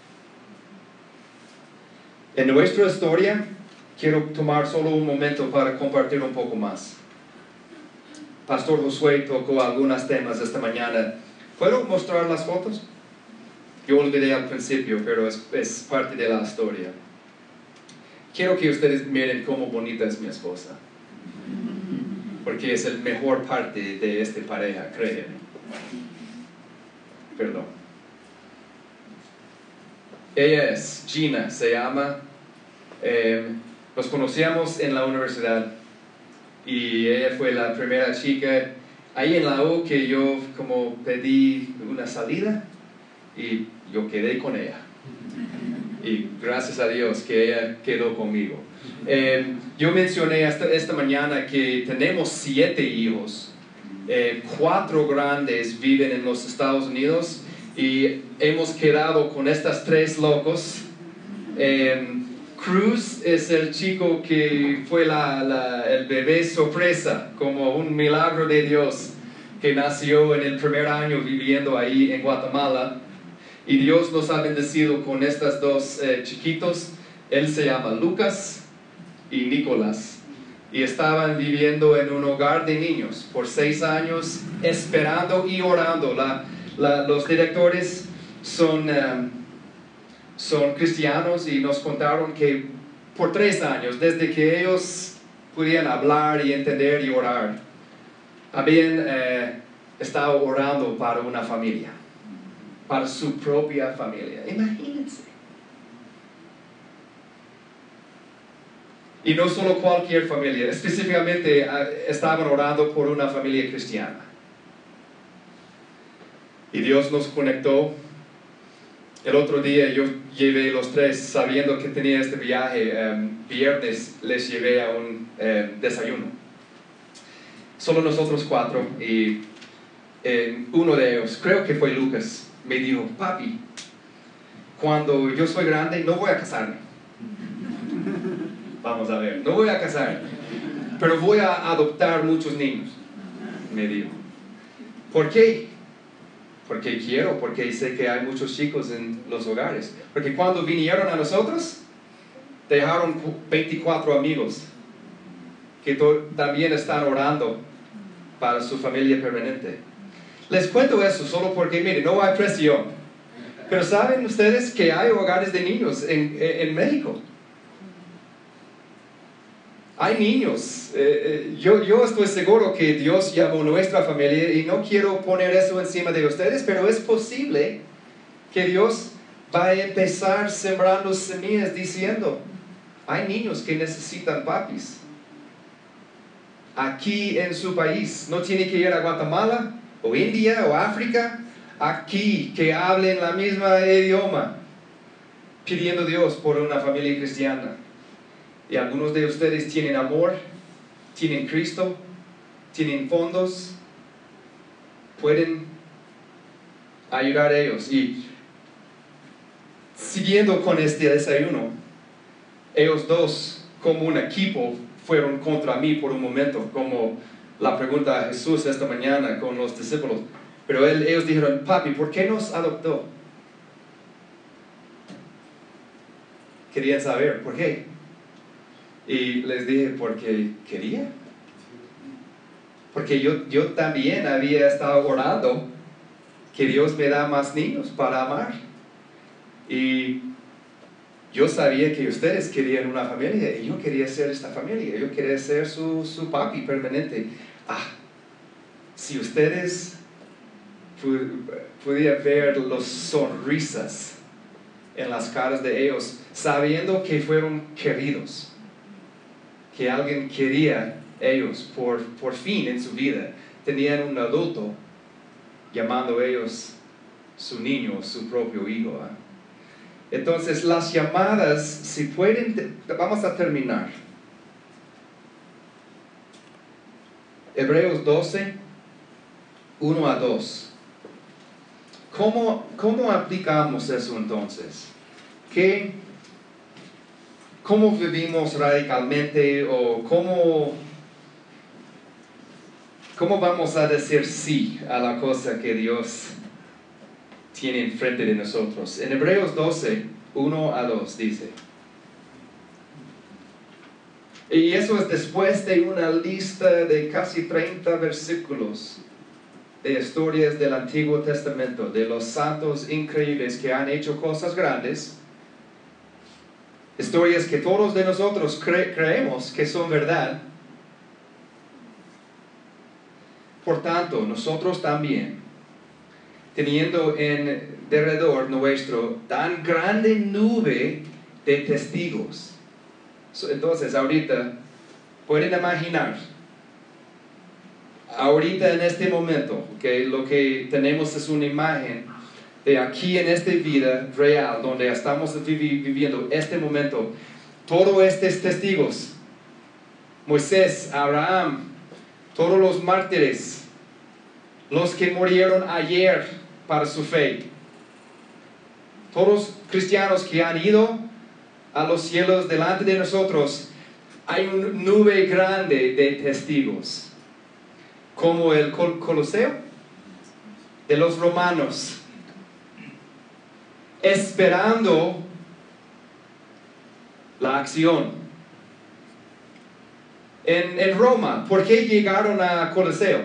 En nuestra historia, quiero tomar solo un momento para compartir un poco más. Pastor Josué tocó algunos temas esta mañana. ¿Puedo mostrar las fotos? Yo olvidé al principio, pero es, es parte de la historia. Quiero que ustedes miren cómo bonita es mi esposa, porque es la mejor parte de esta pareja, créanme. Perdón. Ella es Gina, se llama. Eh, nos conocíamos en la universidad y ella fue la primera chica ahí en la U que yo como pedí una salida y yo quedé con ella. Y gracias a Dios que ella quedó conmigo. Eh, yo mencioné esta, esta mañana que tenemos siete hijos. Eh, cuatro grandes viven en los Estados Unidos y hemos quedado con estas tres locos. Eh, Cruz es el chico que fue la, la, el bebé sorpresa, como un milagro de Dios, que nació en el primer año viviendo ahí en Guatemala. Y Dios nos ha bendecido con estos dos eh, chiquitos. Él se llama Lucas y Nicolás. Y estaban viviendo en un hogar de niños por seis años, esperando y orando. La, la, los directores son, um, son cristianos y nos contaron que por tres años, desde que ellos podían hablar y entender y orar, habían eh, estado orando para una familia, para su propia familia. Imagínense. Y no solo cualquier familia, específicamente uh, estaban orando por una familia cristiana. Y Dios nos conectó. El otro día yo llevé los tres, sabiendo que tenía este viaje, um, viernes les llevé a un uh, desayuno. Solo nosotros cuatro, y eh, uno de ellos, creo que fue Lucas, me dijo, papi, cuando yo soy grande no voy a casarme. Vamos a ver, no voy a casar, pero voy a adoptar muchos niños, me dijo. ¿Por qué? Porque quiero, porque sé que hay muchos chicos en los hogares. Porque cuando vinieron a nosotros, dejaron veinticuatro amigos que también están orando para su familia permanente. Les cuento eso solo porque, miren, no hay presión. Pero ¿saben ustedes que hay hogares de niños en, en, en México? Hay niños. Eh, yo, yo estoy seguro que Dios llamó a nuestra familia y no quiero poner eso encima de ustedes, pero es posible que Dios va a empezar sembrando semillas diciendo, hay niños que necesitan papis. Aquí en su país, no tiene que ir a Guatemala, o India, o África, aquí que hablen la misma idioma, pidiendo a Dios por una familia cristiana. Y algunos de ustedes tienen amor, tienen Cristo, tienen fondos, pueden ayudar a ellos. Y siguiendo con este desayuno, ellos dos como un equipo fueron contra mí por un momento, como la pregunta a Jesús esta mañana con los discípulos. Pero él, ellos dijeron, papi, ¿por qué nos adoptó? Querían saber, ¿por qué? Y les dije, porque quería. Porque yo, yo también había estado orando que Dios me da más niños para amar. Y yo sabía que ustedes querían una familia y yo quería ser esta familia. Yo quería ser su, su papi permanente. Ah, si ustedes pudieran ver las sonrisas en las caras de ellos, sabiendo que fueron queridos. Que alguien quería ellos por, por fin en su vida. Tenían un adulto llamando a ellos su niño, su propio hijo. ¿eh? Entonces las llamadas, si pueden, vamos a terminar. Hebreos doce, uno a dos. ¿Cómo, cómo aplicamos eso entonces? ¿Qué? ¿Cómo vivimos radicalmente o cómo, cómo vamos a decir sí a la cosa que Dios tiene enfrente de nosotros? En Hebreos doce, uno a dos dice, y eso es después de una lista de casi treinta versículos de historias del Antiguo Testamento, de los santos increíbles que han hecho cosas grandes, historias que todos de nosotros cre creemos que son verdad. Por tanto, nosotros también, teniendo en derredor nuestro tan grande nube de testigos. Entonces, ahorita, pueden imaginar, ahorita en este momento, que lo que tenemos es una imagen de aquí en esta vida real, donde estamos viviendo este momento, todos estos testigos, Moisés, Abraham, todos los mártires, los que murieron ayer para su fe, todos cristianos que han ido a los cielos delante de nosotros, hay una nube grande de testigos, como el Col Coloseo de los romanos, esperando la acción. En, en Roma, ¿por qué llegaron a Coliseo?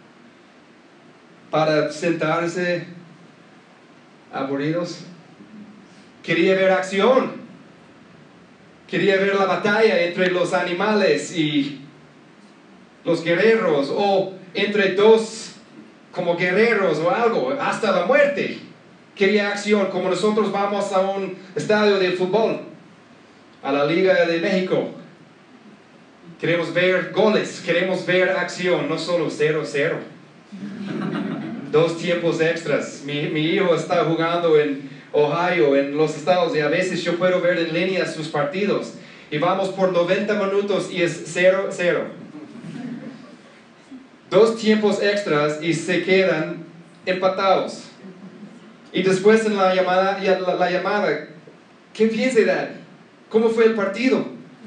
Para sentarse aburridos. Quería ver acción. Quería ver la batalla entre los animales y los guerreros, o entre dos como guerreros o algo, hasta la muerte. Quería acción, como nosotros vamos a un estadio de fútbol, a la Liga de México. Queremos ver goles, queremos ver acción, no solo cero cero. Dos tiempos extras. Mi, mi hijo está jugando en Ohio, en los estados, y a veces yo puedo ver en línea sus partidos. Y vamos por noventa minutos y es cero cero. dos tiempos extras y se quedan empatados. Y después en la llamada, la, la llamada, ¿qué piensa Dad? ¿Cómo fue el partido?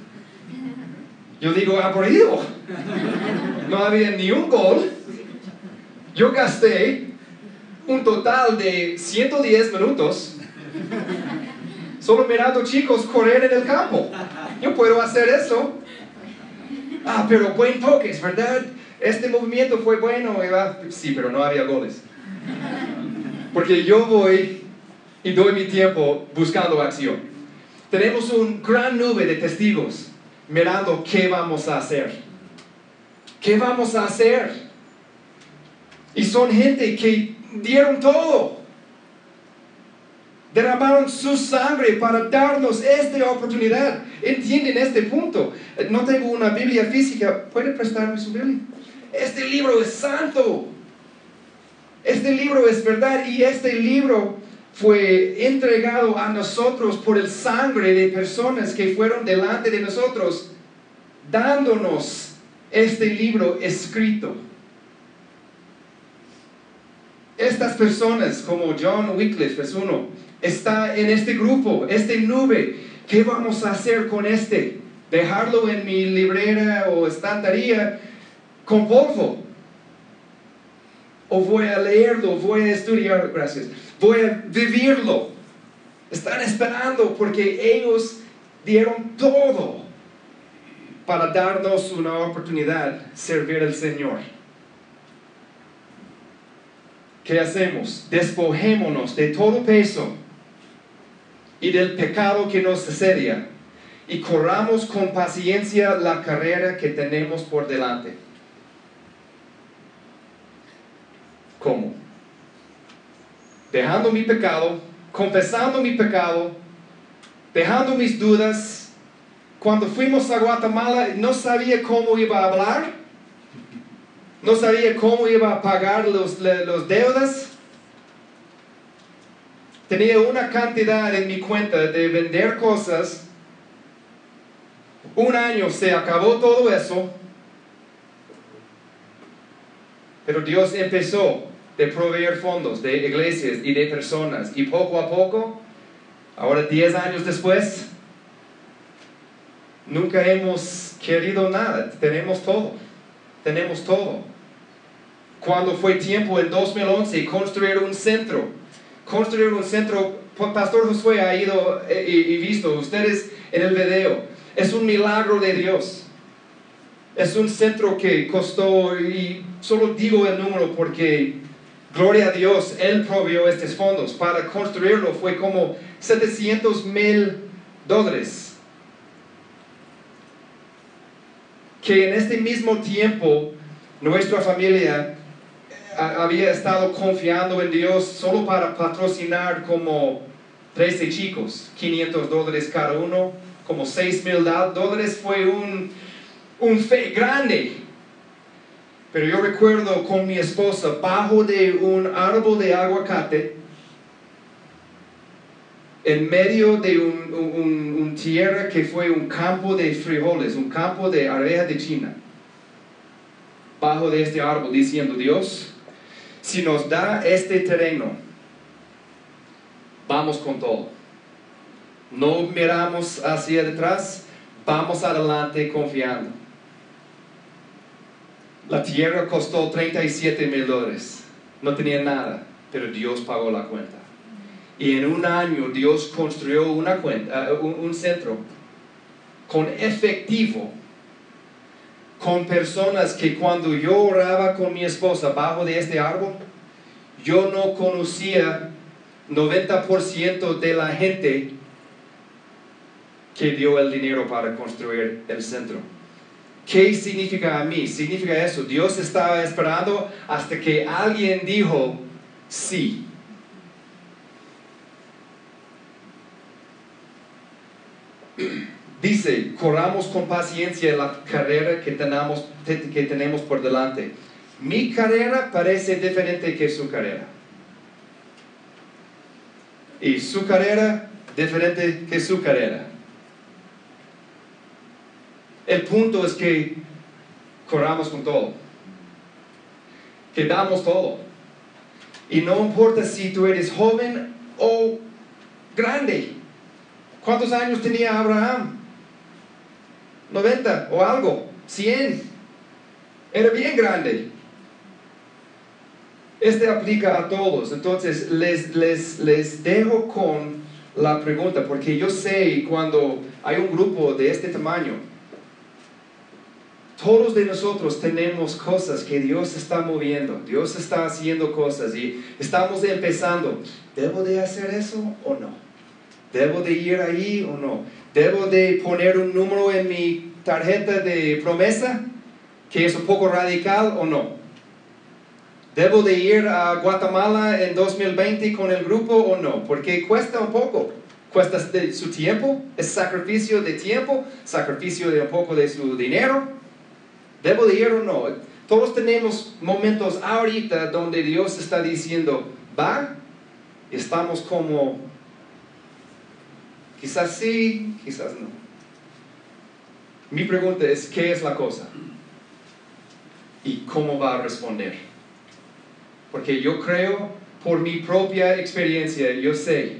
Yo digo, aburrido. No había ni un gol. Yo gasté un total de ciento diez minutos solo mirando chicos correr en el campo. Yo puedo hacer eso. Ah, pero buen toque, ¿verdad? Este movimiento fue bueno. Sí, pero no había goles. Porque yo voy y doy mi tiempo buscando acción. Tenemos una gran nube de testigos mirando qué vamos a hacer. ¿Qué vamos a hacer? Y son gente que dieron todo. Derramaron su sangre para darnos esta oportunidad. ¿Entienden este punto? No tengo una Biblia física. ¿Puede prestarme su Biblia? Este libro es santo. Este libro es verdad y este libro fue entregado a nosotros por el sangre de personas que fueron delante de nosotros, dándonos este libro escrito. Estas personas como John Wycliffe es uno, está en este grupo, este nube. ¿Qué vamos a hacer con este? ¿Dejarlo en mi librera o estantería con polvo? ¿O voy a leerlo, voy a estudiar, gracias, voy a vivirlo? Están esperando porque ellos dieron todo para darnos una oportunidad de servir al Señor. ¿Qué hacemos? Despojémonos de todo peso y del pecado que nos asedia y corramos con paciencia la carrera que tenemos por delante. ¿Cómo? Dejando mi pecado, confesando mi pecado, dejando mis dudas. Cuando fuimos a Guatemala no sabía cómo iba a hablar, no sabía cómo iba a pagar los, los deudas. Tenía una cantidad en mi cuenta de vender cosas. Un año se acabó todo eso. Pero Dios empezó de proveer fondos de iglesias y de personas. Y poco a poco, ahora diez años después, nunca hemos querido nada. Tenemos todo. Tenemos todo. Cuando fue tiempo en dos mil once construir un centro. Construir un centro, Pastor Josué ha ido y, y visto, ustedes en el video. Es un milagro de Dios. Es un centro que costó, y solo digo el número porque, gloria a Dios, Él proveyó estos fondos. Para construirlo fue como setecientos mil dólares. Que en este mismo tiempo, nuestra familia había estado confiando en Dios solo para patrocinar como trece chicos, quinientos dólares cada uno, como seis mil dólares. Fue un, un fe grande. Pero yo recuerdo con mi esposa, bajo de un árbol de aguacate, en medio de un, un, un tierra que fue un campo de frijoles, un campo de arveja de China, bajo de este árbol, diciendo: Dios, si nos da este terreno, vamos con todo. No miramos hacia detrás, vamos adelante confiando. La tierra costó treinta y siete mil dólares. No tenía nada, pero Dios pagó la cuenta. Y en un año Dios construyó una cuenta, uh, un, un centro con efectivo, con personas que cuando yo oraba con mi esposa bajo de este árbol, yo no conocía noventa por ciento de la gente que dio el dinero para construir el centro. ¿Qué significa a mí? Significa eso: Dios estaba esperando hasta que alguien dijo sí. Dice: corramos con paciencia la carrera que tenemos, que tenemos por delante. Mi carrera parece diferente que su carrera. Y su carrera diferente que su carrera. El punto es que corramos con todo. que damos todo. Y no importa si tú eres joven o grande. ¿Cuántos años tenía Abraham? noventa o algo, cien. Era bien grande. Este aplica a todos. Entonces les, les, les dejo con la pregunta, porque yo sé cuando hay un grupo de este tamaño, todos de nosotros tenemos cosas que Dios está moviendo, Dios está haciendo cosas y estamos empezando. ¿Debo de hacer eso o no? ¿Debo de ir ahí o no? ¿Debo de poner un número en mi tarjeta de promesa que es un poco radical o no? ¿Debo de ir a Guatemala en dos mil veinte con el grupo o no? Porque cuesta un poco. Cuesta de su tiempo, es sacrificio de tiempo, sacrificio de un poco de su dinero. ¿Debo de ir o no? Todos tenemos momentos ahorita donde Dios está diciendo, va, estamos como, quizás sí, quizás no. Mi pregunta es, ¿qué es la cosa? ¿Y cómo va a responder? Porque yo creo, por mi propia experiencia, yo sé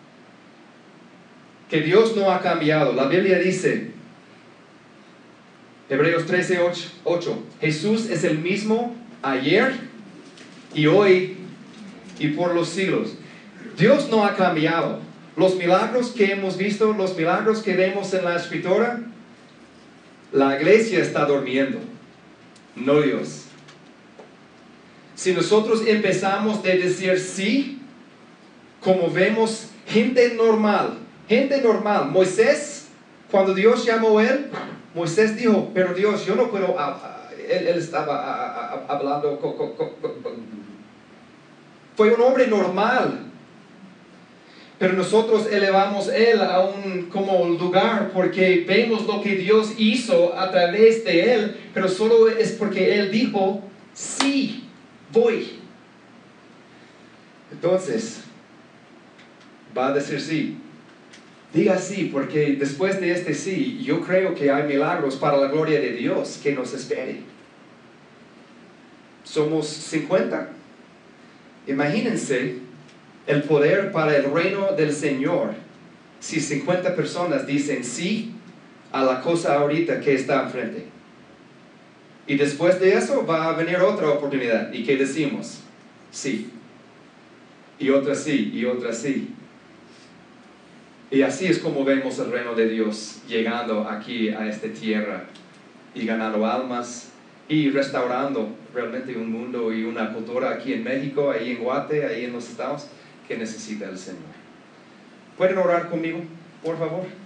que Dios no ha cambiado. La Biblia dice, Hebreos trece, ocho, Jesús es el mismo ayer y hoy y por los siglos. Dios no ha cambiado. Los milagros que hemos visto, los milagros que vemos en la Escritura, la iglesia está durmiendo, no Dios. Si nosotros empezamos a decir sí, como vemos gente normal, gente normal, Moisés, cuando Dios llamó a él, Moisés dijo, pero Dios, yo no puedo, uh, él, él estaba uh, uh, hablando, co, co, co, co. Fue un hombre normal, pero nosotros elevamos él a un como lugar porque vemos lo que Dios hizo a través de él, pero solo es porque él dijo, sí, voy. Entonces, va a decir sí. Diga sí, porque después de este sí, yo creo que hay milagros para la gloria de Dios que nos espere. Somos cincuenta. Imagínense el poder para el reino del Señor si cincuenta personas dicen sí a la cosa ahorita que está enfrente. Y después de eso va a venir otra oportunidad. ¿Y qué decimos? Sí. Y otra sí, y otra sí. Y así es como vemos el reino de Dios llegando aquí a esta tierra y ganando almas y restaurando realmente un mundo y una cultura aquí en México, ahí en Guate, ahí en los estados que necesita el Señor. ¿Pueden orar conmigo, por favor?